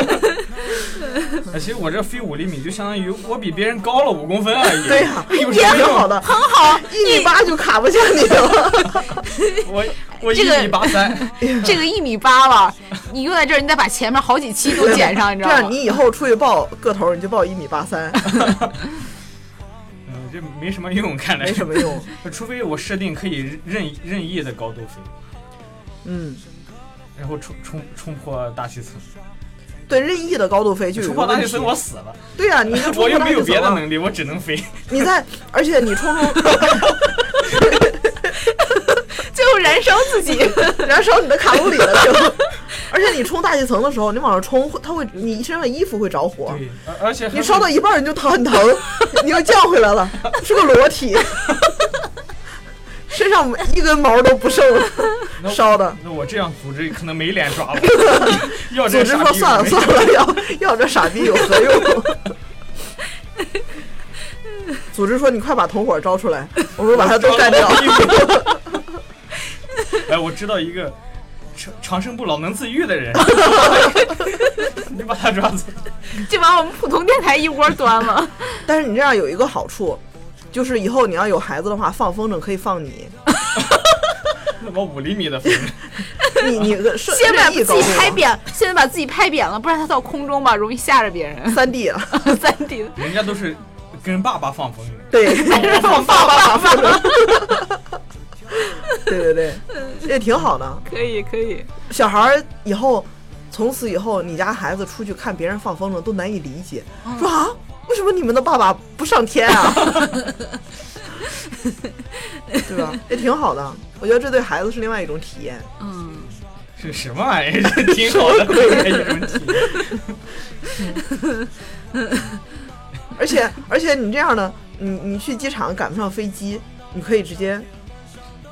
其实我这飞5厘米就相当于我比别人高了5公分而已。 对呀， 有挺好的， 很好 ，1.8米就卡不下你了。 我1.83米， 这个1.8米了，你用在这儿，你得把前面好几期都减上，你知道吗？ 这样你以后出去报个头，你就报1.83 米。这没什么用，看来没什么用， 除非我设定可以任意的高度飞。然后冲破大气层。 对，任意的高度飞就有冲破大气层，我死了。 对呀，你就我又没有别的能力，我只能飞。 而且你冲， 最后燃烧自己， 燃烧你的卡路里了就。而且你冲大气层的时候，你往上冲，你身上的衣服会着火。 对，而且你烧到一半你就很疼，你又降回来了，是个裸体。身上一根毛都不剩，烧的。 那我这样组织可能没脸抓了。 组织说算了，要这傻逼有何用？组织说你快把同伙招出来，我们把他都干掉。 哎，我知道一个长生不老能自愈的人，你把他抓走， 就把我们普通电台一窝端了。 但是你这样有一个好处。就是以风筝要有孩子的话，放风筝可以放你。 我5厘米的风筝， 你先把自己拍扁，现在把自己拍扁了，不然他到空中吧容易吓着别人。 3D 了 ，3D 了。 人家都是跟爸爸放风筝， 对，放爸爸放风筝。对，也挺好的。 可以。 小孩以后，从此以后，你家孩子出去看别人放风筝都难以理解，说啊。为什么你们的爸爸不上天啊？对吧？也挺好的，我觉得这对孩子是另外一种体验。 是什么玩意儿？挺好的，一种体验。而且你这样的，你去机场赶不上飞机，你可以直接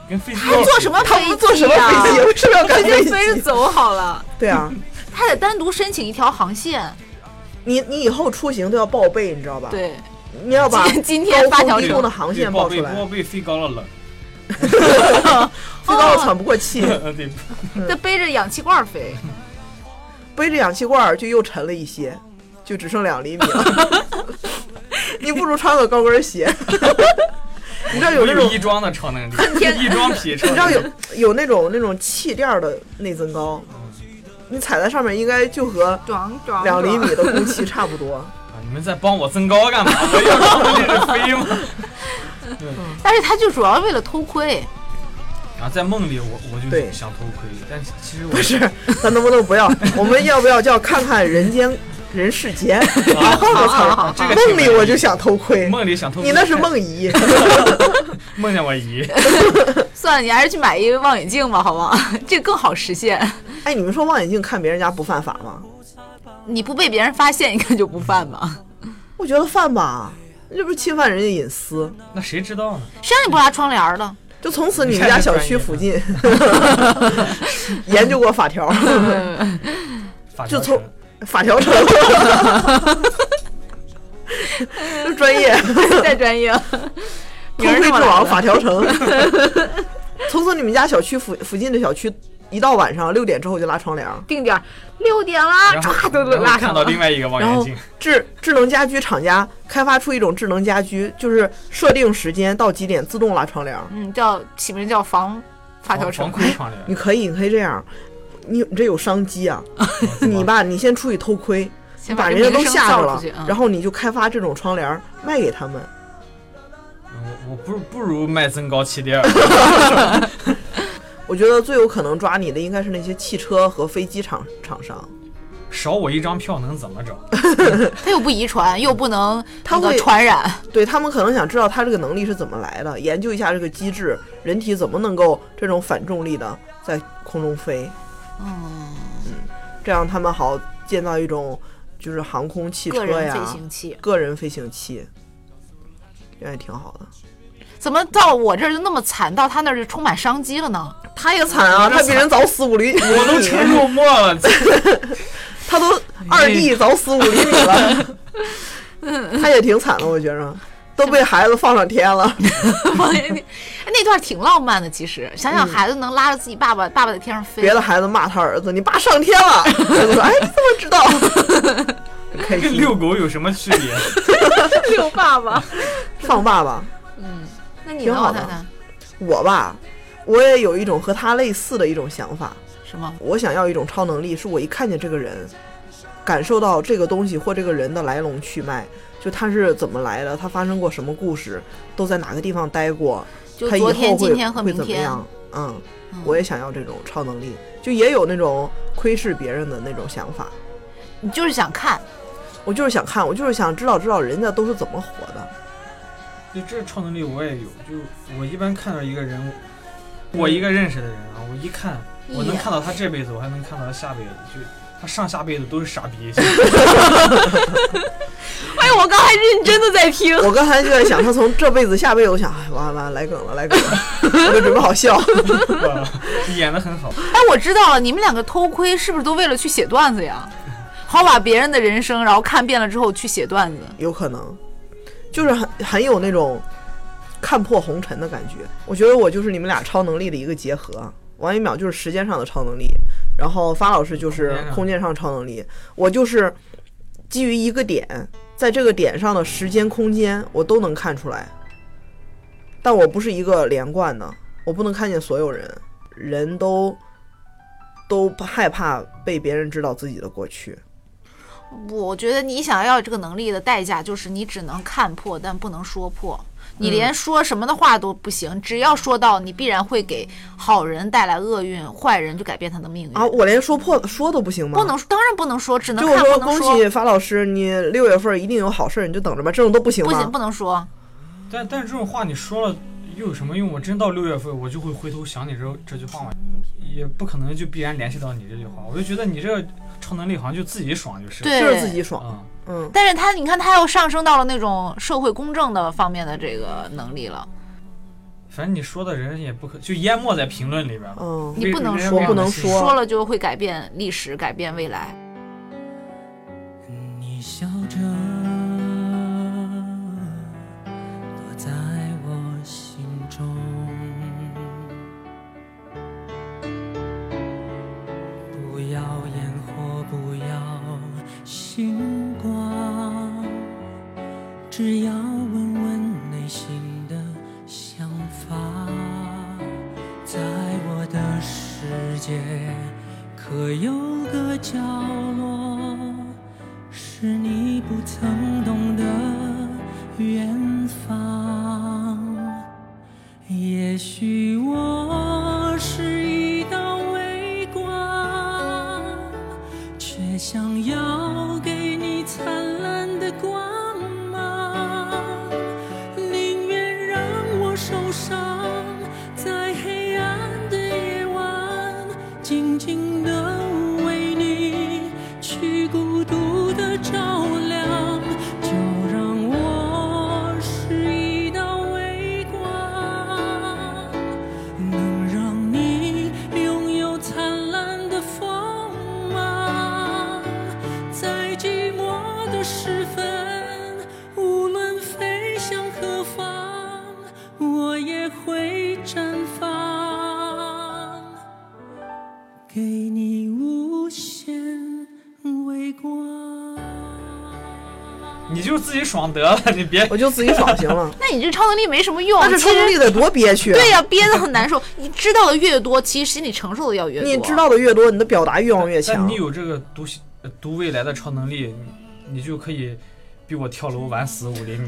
跟飞机他坐什么他飞机们坐什么飞机？为什么要赶飞就飞着机？ 走好了。 对啊， 他得单独申请一条航线。 你以后出行都要报备，你知道吧？， 对， 你要把今天发条低空的航线报出来， 报备飞高了冷， 飞高了喘不过气， 对， 得背着氧气罐飞。 背着氧气罐就又沉了一些，就只剩2厘米了。你不如穿个高跟鞋。你知道有那种衣装的超能力，衣装皮超能力。 你知道有那种气垫的内增高，你踩在上面应该就和2厘米的空气差不多。 你们在帮我增高干嘛？我要超能力是飞吗？ 但是他就主要为了偷窥。 然后在梦里我就对想偷窥，但其实我不是，咱能不能不要？我们要不要叫看看人世间？然后我才这个梦里我就想偷窥， 梦里想偷窥， 你那是梦遗。 梦见我姨。 算了，你还是去买一个望远镜吧，好吗？这更好实现。 哎，你们说望远镜看别人家不犯法吗？ 你不被别人发现，应该就不犯吧？ 我觉得犯吧，这不是侵犯人家隐私？ 那谁知道呢？ 谁让你不拉窗帘的？ 就从此你们家小区附近研究过法条，就从法条城，就专业， 太专业了。 偷窥之王法条城。从此你们家小区附近的小区，一到晚上6点之后就拉窗帘， 定点6点了，唰都拉上了。 看到另外一个望远镜。 智能家居厂家开发出一种智能家居，就是设定时间到几点自动拉窗帘。 起名叫防法条城。 防窥窗帘。 你可以这样，你这有商机啊！你先出去偷窥，你把人家都吓着了，然后你就开发这种窗帘卖给他们。 我不如卖增高气垫。 我觉得最有可能抓你的应该是那些汽车和飞机厂商。 少我一张票能怎么着？ 他又不遗传，又不能他会传染。 对，他们可能想知道他这个能力是怎么来的，研究一下这个机制，人体怎么能够这种反重力的在空中飞。这样他们好建造一种就是航空汽车呀，个人飞行器，这也挺好的。 怎么到我这儿就那么惨，到他那儿就充满商机了呢？ 他也惨啊，他比人早死5厘米， 我都成肉沫了。 他都2D 早死5厘米了，他也挺惨的，我觉着，都被孩子放上天了。 那段挺浪漫的，其实想想孩子能拉着自己爸爸在天上飞， 别的孩子骂他儿子：“你爸上天了。”孩子说：“哎，你怎么知道？” 跟遛狗有什么区别？ 遛爸爸， 放爸爸。 那你呢，太太？ 我吧，我也有一种和他类似的一种想法。 什么？ 我想要一种超能力，是我一看见这个人，感受到这个东西或这个人的来龙去脉，就他是怎么来的，他发生过什么故事，都在哪个地方待过，他以后会怎么样？我也想要这种超能力，就也有那种窥视别人的那种想法。 你就是想看？ 我就是想看，我就是想知道人家都是怎么活的。 对，这超能力我也有。就我一般看到一个人，我一个认识的人啊，我一看，我能看到他这辈子，我还能看到他下辈子，就他上下辈子都是傻逼。 哎，我刚才认真的在听， 我刚才就在想，他从这辈子下辈子，我想，哎，完了，来梗了，我就准备好笑。 演得很好。 哎，我知道了，你们两个偷窥是不是都为了去写段子呀？好把别人的人生，然后看遍了之后去写段子。 有可能。就是很有那种看破红尘的感觉。我觉得我就是你们俩超能力的一个结合。王一淼就是时间上的超能力，然后发老师就是空间上超能力。我就是基于一个点，在这个点上的时间空间我都能看出来，但我不是一个连贯的，我不能看见所有人，人都害怕被别人知道自己的过去。 我觉得你想要这个能力的代价就是你只能看破，但不能说破。你连说什么的话都不行，只要说到你必然会给好人带来厄运，坏人就改变他的命运啊！我连说都不行吗？ 不能，当然不能说，只能看， 就我说不能说。 恭喜发老师，你6月份一定有好事，你就等着吧。这种都不行吗？ 不行，不能说。 但是这种话你说了又有什么用？我真到6月份我就会回头想你这句话嘛，也不可能就必然联系到你这句话。我就觉得你这个超能力好像就自己爽就是， 对， 就是自己爽。 但是你看他又上升到了那种社会公正的方面的这个能力了。 反正你说的人也不可就淹没在评论里边了。 你不能说，不能说， 说了就会改变历史，改变未来。 你笑着躲在我心中，不要烟火，不要星光，只要问问内心的想法。在我的世界，可有个角落，是你不曾懂的远方。也许我是一道微光，却想要给你灿烂的光芒。宁愿让我受伤，在黑暗的夜晚，静静地为你去孤独的照亮。就让我是一道微光，能让你拥有灿烂的锋芒。在寂寞的时分，无论飞向何方，我也会绽放，给你无限微光。 你就自己爽得了，你别我就自己爽行了。 那你这超能力没什么用， 但是超能力得多憋屈啊！ 对呀，憋得很难受。你知道的越多，其实心里承受的要越多。 你知道的越多，你的表达欲望越强。 但你有这个读未来的超能力，你就可以比我跳楼晚死5厘米。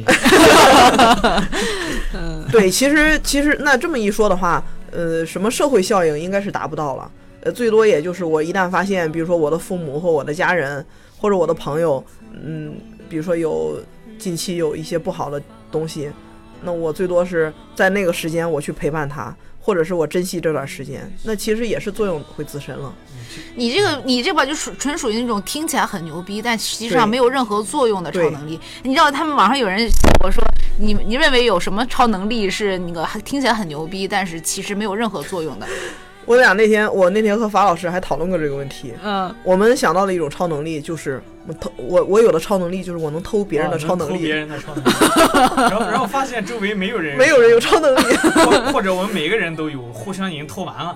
对，其实那这么一说的话，什么社会效应应该是达不到了。最多也就是我一旦发现，比如说我的父母或我的家人或者我的朋友，比如说近期有一些不好的东西，那我最多是在那个时间我去陪伴他，或者是我珍惜这段时间，那其实也是作用会自身了。 你这把就纯属于那种听起来很牛逼，但实际上没有任何作用的超能力。你知道他们网上有人我说你认为有什么超能力是那个听起来很牛逼，但是其实没有任何作用的？ 我那天和法老师还讨论过这个问题。我们想到的一种超能力就是我有的超能力就是我能偷别人的超能力， 偷别人的超能力。然后发现周围没有人有超能力， 或者我们每个人都有，互相已经偷完了。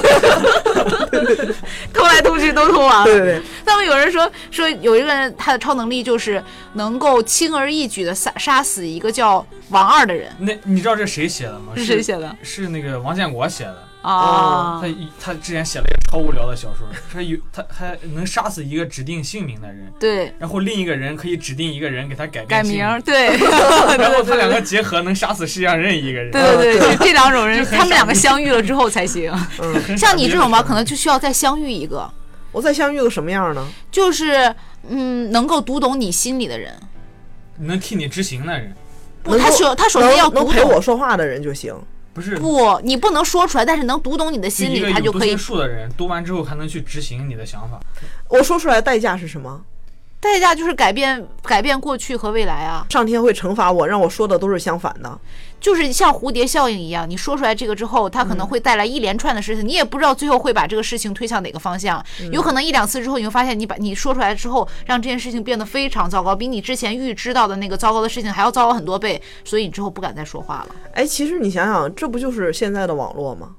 偷来偷去都偷完了。 对对对。 他们有人说有一个人他的超能力就是能够轻而易举的杀死一个叫王二的人。 那你知道这谁写的吗？ 是谁写的？ 是那个王建国写的。他之前写了一个超无聊的小说，他还能杀死一个指定姓名的人， 对， 然后另一个人可以指定一个人给他改名，对， 然后他两个结合能杀死世界上任意一个人， 对，这两种人他们两个相遇了之后才行。像你这种吧，可能就需要再相遇一个。 我再相遇个什么样呢？ 就是能够读懂你心里的人， 能替你执行的人。 不，他首先要读懂能陪我说话的人就行。 不，你不能说出来，但是能读懂你的心理，他就可以。 有读心术的人，读完之后还能去执行你的想法。 我说出来的代价是什么？ 代价就是改变过去和未来啊！ 上天会惩罚我，让我说的都是相反的。 就是像蝴蝶效应一样，你说出来这个之后，它可能会带来一连串的事情，你也不知道最后会把这个事情推向哪个方向。有可能1-2次之后，你会发现你说出来之后，让这件事情变得非常糟糕，比你之前预知到的那个糟糕的事情还要糟糕很多倍，所以你之后不敢再说话了。 哎，其实你想想，这不就是现在的网络吗？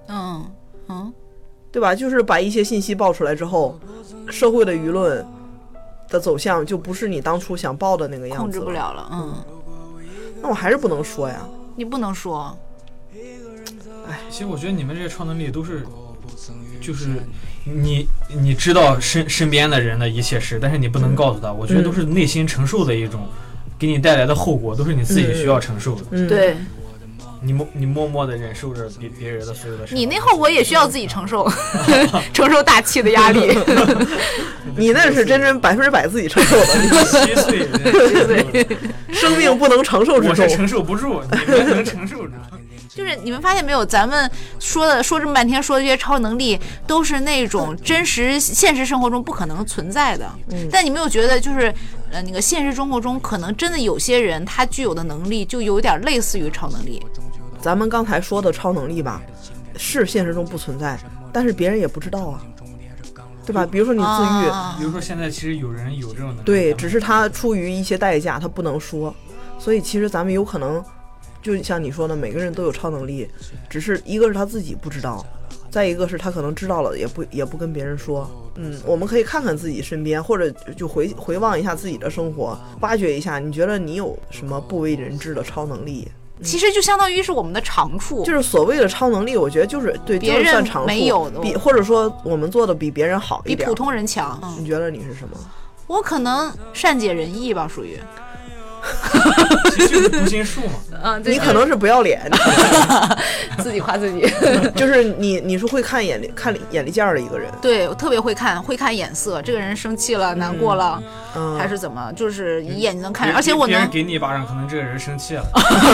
对吧？就是把一些信息爆出来之后，社会的舆论的走向就不是你当初想报的那个样子， 控制不了了。 那我还是不能说呀。 你不能说。 其实我觉得你们这些超能力都是，就是你知道身边的人的一切事，但是你不能告诉他。我觉得都是内心承受的一种，给你带来的后果都是你自己需要承受的。 对。 你默默的忍受着别人的所有的事， 你那后果也需要自己承受，承受大气的压力。 你那是真100%自己承受的。 7岁， 对， 生命不能承受之重， 我是承受不住，你们能承受住。 就是你们发现没有，咱们说这么半天说的这些超能力，都是那种真实现实生活中不可能存在的。但你没有觉得，就是那个现实生活中，可能真的有些人他具有的能力，就有点类似于超能力。 咱们刚才说的超能力吧，是现实中不存在，但是别人也不知道啊，对吧？比如说你自愈， 比如说现在其实有人有这种能力， 对，只是他出于一些代价他不能说，所以其实咱们有可能就像你说的，每个人都有超能力，只是一个是他自己不知道，再一个是他可能知道了也不跟别人说。我们可以看看自己身边，或者就回望一下自己的生活，挖掘一下你觉得你有什么不为人知的超能力。 其实就相当于是我们的长处， 就是所谓的超能力，我觉得就是对别就是算长处， 人没有的， 或者说我们做的比别人好一点， 比普通人强。 你觉得你是什么？ 我可能善解人意吧，属于。 其实就是读心术嘛。 你可能是不要脸， 自己夸自己。 就是你是会看眼力见儿的一个人。 对，我特别会看眼色，这个人生气了、难过了，还是怎么，就是一眼就能看着。而且我别人能给你一巴掌，可能这个人生气了。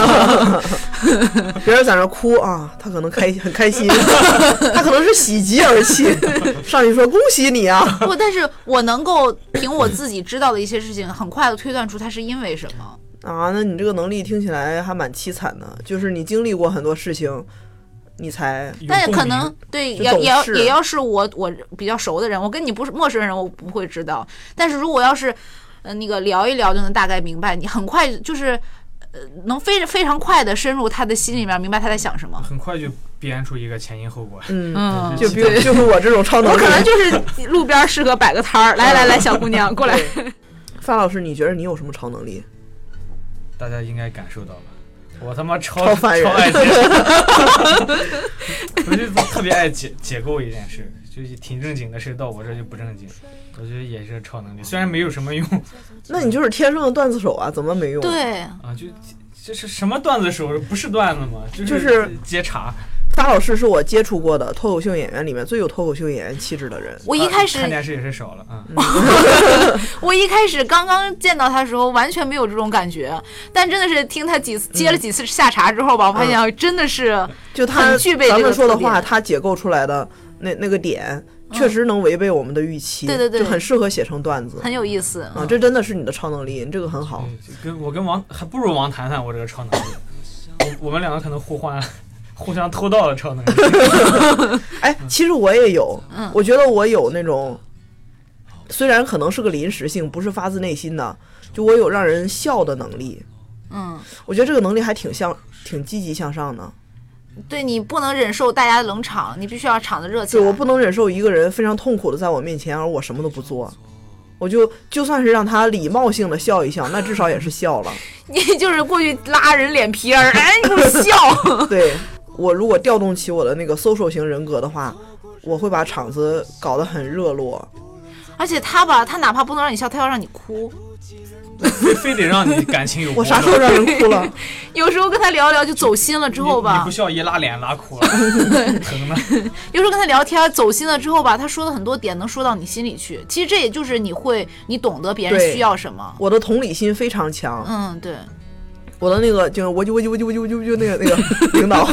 别人在那哭啊，他可能很开心，他可能是喜极而泣，上去说恭喜你啊。 不，但是我能够凭我自己知道的一些事情，很快的推断出他是因为什么。 啊，那你这个能力听起来还蛮凄惨的，就是你经历过很多事情，你才。 但是可能对，也要是我比较熟的人，我跟你不是陌生人，我不会知道。但是如果要是那个聊一聊，就能大概明白，你很快就是能非常快的深入他的心里面，明白他在想什么， 很快就编出一个前因后果。 就是我这种超能力， 我可能就是路边适合摆个摊儿，来，小姑娘过来。 范老师，你觉得你有什么超能力？ 大家应该感受到了，我他妈超烦人， 爱我就特别爱解构一件事，就是挺正经的事到我这就不正经，我觉得也是超能力，虽然没有什么用。 那你就是天生的段子手啊，怎么没用？ 对啊，就是什么段子手不是段子吗？ 就是接茬。 沙老师是我接触过的脱口秀演员里面最有脱口秀演员气质的人。 我一开始看电视也是少了啊。 我一开始刚刚见到他的时候完全没有这种感觉，但真的是听他接了几次下茬之后吧，我发现真的是就他具备咱们说的话，他解构出来的那个点。确实能违背我们的预期， 对， 就很适合写成段子， 很有意思啊！这真的是你的超能力，你这个很好。 跟王还不如王谈谈我这个超能力，我们两个可能互相偷盗的超能力。 哎，其实我也有，我觉得我有那种，虽然可能是个临时性，不是发自内心的，就我有让人笑的能力。我觉得这个能力还挺积极向上的。 对，你不能忍受大家的冷场，你必须要场子热起来。 对，我不能忍受一个人非常痛苦的在我面前，而我什么都不做。我就算是让他礼貌性的笑一笑，那至少也是笑了。 你就是过去拉人脸皮儿，哎，你给我笑。 对，我如果调动起我的那个 social 型人格的话，我会把场子搞得很热络。 而且他哪怕不能让你笑，他要让你哭。 非得让你感情有波动。 我啥时候让人哭了？ 有时候跟他聊聊就走心了之后吧， 你不笑一拉脸拉哭了，疼呢。 有时候跟他聊天走心了之后吧，他说的很多点能说到你心里去。其实这也就是你懂得别人需要什么。 我的同理心非常强。 对。 我的那个就是我就那个领导，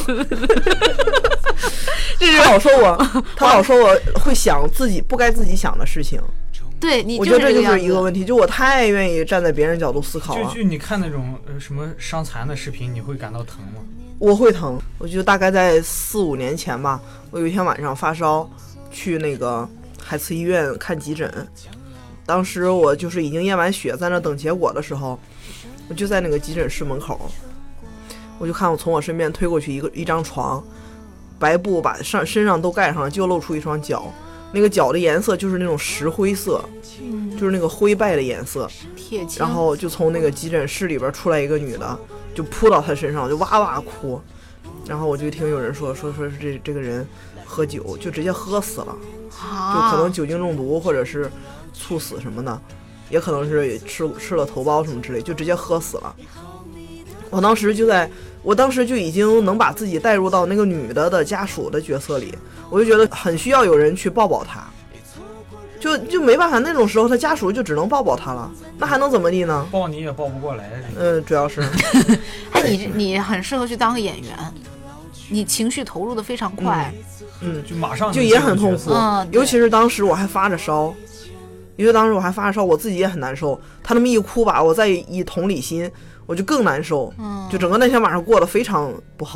他老说我会想自己不该自己想的事情。 对， 我觉得这就是一个问题，就我太愿意站在别人角度思考了。 就你看那种什么伤残的视频，你会感到疼吗？ 我会疼。我觉得大概在4-5年前吧，我有一天晚上发烧，去那个海慈医院看急诊。当时我就是已经验完血，在那等结果的时候，我就在那个急诊室门口，我就看我从我身边推过去一张床，白布把身上都盖上了，就露出一双脚。那个脚的颜色就是那种石灰色，就是那个灰败的颜色。然后就从那个急诊室里边出来一个女的，就扑到他身上，就哇哇哭。然后我就听有人说是这个人喝酒就直接喝死了，就可能酒精中毒或者是猝死什么的，也可能是吃了头孢什么之类，就直接喝死了。我当时就已经能把自己带入到那个女的家属的角色里，我就觉得很需要有人去抱抱她，就没办法，那种时候他家属就只能抱抱她了，那还能怎么地呢？ 抱你也抱不过来。 主要是哎，你很适合去当个演员，你情绪投入的非常快， 就马上就也很痛苦，尤其是当时我还发着烧，我自己也很难受，他那么一哭吧，我再以同理心，我就更难受，就整个那天晚上过得非常不好。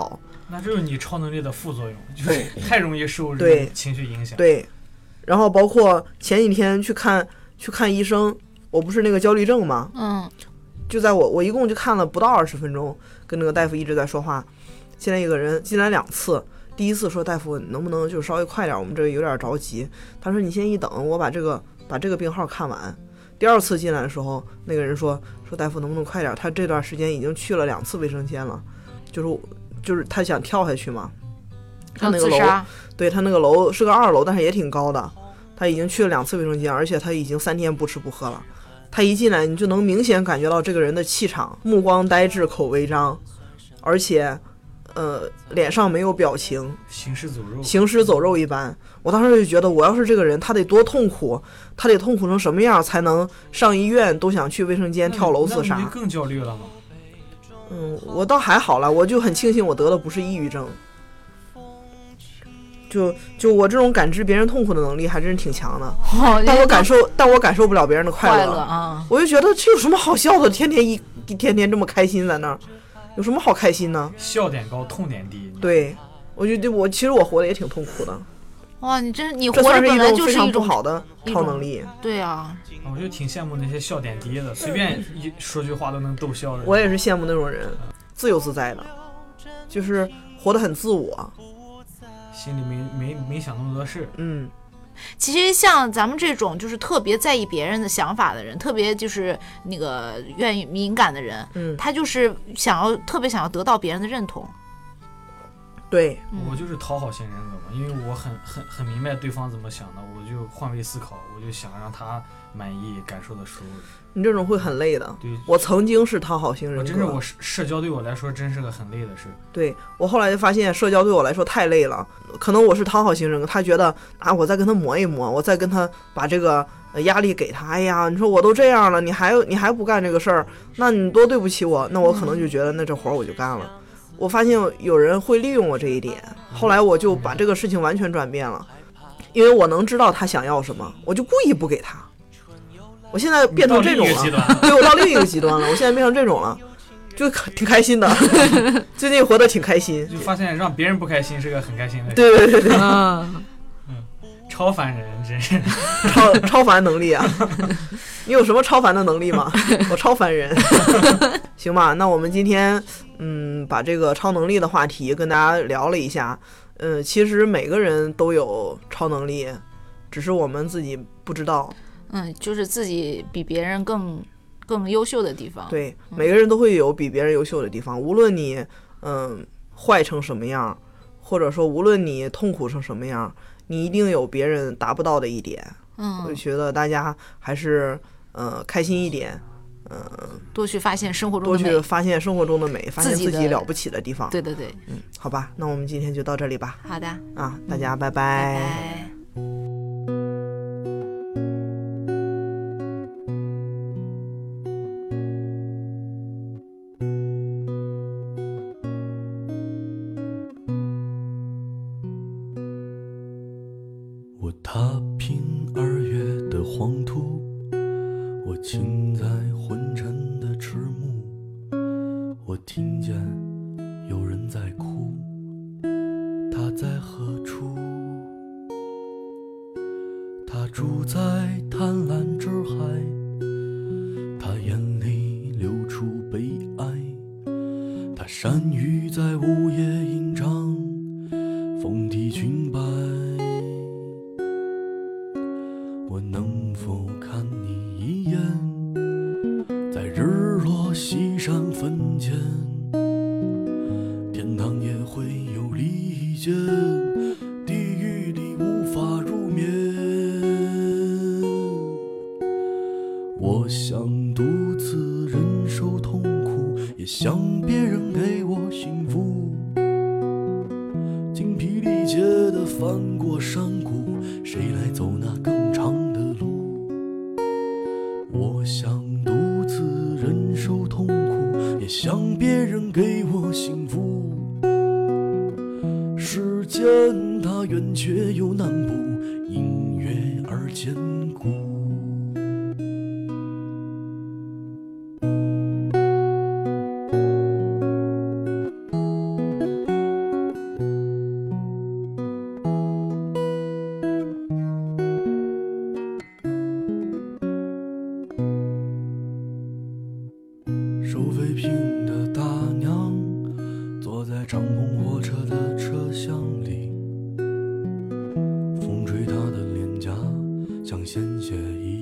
那这是你超能力的副作用，就是太容易受这对种情绪影响。 对，然后包括前几天去看医生，我不是那个焦虑症吗？就在我一共就看了不到20分钟，跟那个大夫一直在说话。进来一个人，进来2次，第一次说大夫能不能就稍微快点，我们这有点着急。他说你先一等，我把这个病号看完。第2次进来的时候，那个人说大夫能不能快点，他这段时间已经去了2次卫生间了，就是他想跳下去嘛。他那个楼，对，他那个楼是个2楼，但是也挺高的。他已经去了2次卫生间，而且他已经3天不吃不喝了。他一进来，你就能明显感觉到这个人的气场，目光呆滞，口微张，而且脸上没有表情， 行尸走肉一般。我当时就觉得，我要是这个人，他得多痛苦，他得痛苦成什么样才能上医院都想去卫生间跳楼自杀？ 那你更焦虑了吗？ 我倒还好了，我就很庆幸我得的不是抑郁症。就我这种感知别人痛苦的能力还真是挺强的，但我感受不了别人的快乐啊！ 我就觉得这有什么好笑的？天天这么开心在那儿，有什么好开心呢？ 笑点高，痛点低。 对，我觉得其实我活得也挺痛苦的。 哇，你活着本来就是非常不好的超能力。 对啊， 我就挺羡慕那些笑点低的，随便说句话都能逗笑人。 我也是羡慕那种人，自由自在的，就是活得很自我。 心里没想那么多事。 其实像咱们这种就是特别在意别人的想法的人，特别就是那个愿意敏感的人，他就是特别想要得到别人的认同。 对， 我就是讨好型人格嘛，因为我很明白对方怎么想的，我就换位思考，我就想让他满意，感受的舒服。 你这种会很累的。 对， 我曾经是讨好型人格， 我社交对我来说真是个很累的事。 对，我后来就发现社交对我来说太累了，可能我是讨好型人格，他觉得我再跟他磨一磨，我再跟他把这个压力给他，哎呀，你说我都这样了，你还不干这个事儿，那你多对不起我，那我可能就觉得那这活我就干了。我发现有人会利用我这一点，后来我就把这个事情完全转变了，因为我能知道他想要什么，我就故意不给他。我现在变成这种了，对，我到另一个极端了，我现在变成这种了，就挺开心的。最近活得挺开心， 就发现让别人不开心是个很开心的事。 对， 超凡人真是超凡能力啊！你有什么超凡的能力吗？我超凡人。行吧，那我们今天把这个超能力的话题跟大家聊了一下。其实每个人都有超能力，只是我们自己不知道。 就是自己比别人更优秀的地方。 对，每个人都会有比别人优秀的地方，无论你坏成什么样，或者说无论你痛苦成什么样，你一定有别人达不到的一点。我觉得大家还是开心一点， 多去发现生活中的美， 多去发现生活中的美，发现自己了不起的地方。 对， 好吧，那我们今天就到这里吧。 好的大家拜拜。 拜拜。 我踏平2月的黄土，我浸在昏沉的迟暮，我听见有人在哭，他在何处？他住在贪婪之海，他眼里流出悲哀，他善于在午夜吟唱，风笛裙摆。我能否看你一眼，在日落西山坟前，天堂也会有利剑，地狱里无法入眠。我想独自忍受痛苦，也想别人给我幸福，精疲力竭地翻过山谷，谁来走那更长的路？我想独自忍受痛苦，也想别人给我幸福。时间它圆却又难补，因约而坚固。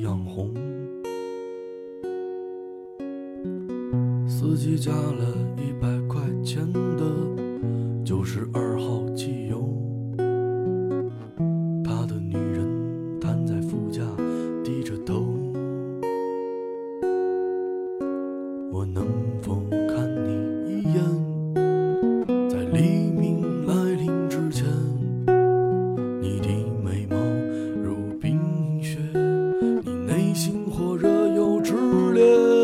样红。司机加了100块钱的92号汽油，他的女人瘫在副驾低着头。我能否看你一眼，在黎明来临之前，你的眉毛如冰雪，你内心火热又炽烈。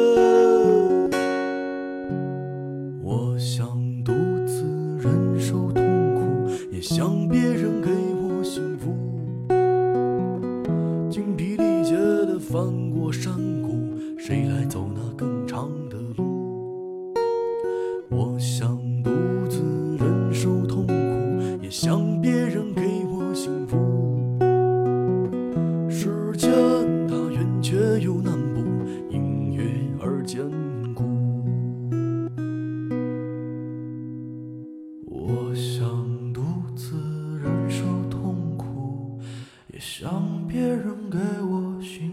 我想独自忍受痛苦，也想别人给我幸福，精疲力竭地翻过山谷，谁来走那更长的路？我想独自忍受痛苦，也想别人给我幸福。时间它圆缺又难补，隐约而坚固。我想独自忍受痛苦，也想别人给我幸福。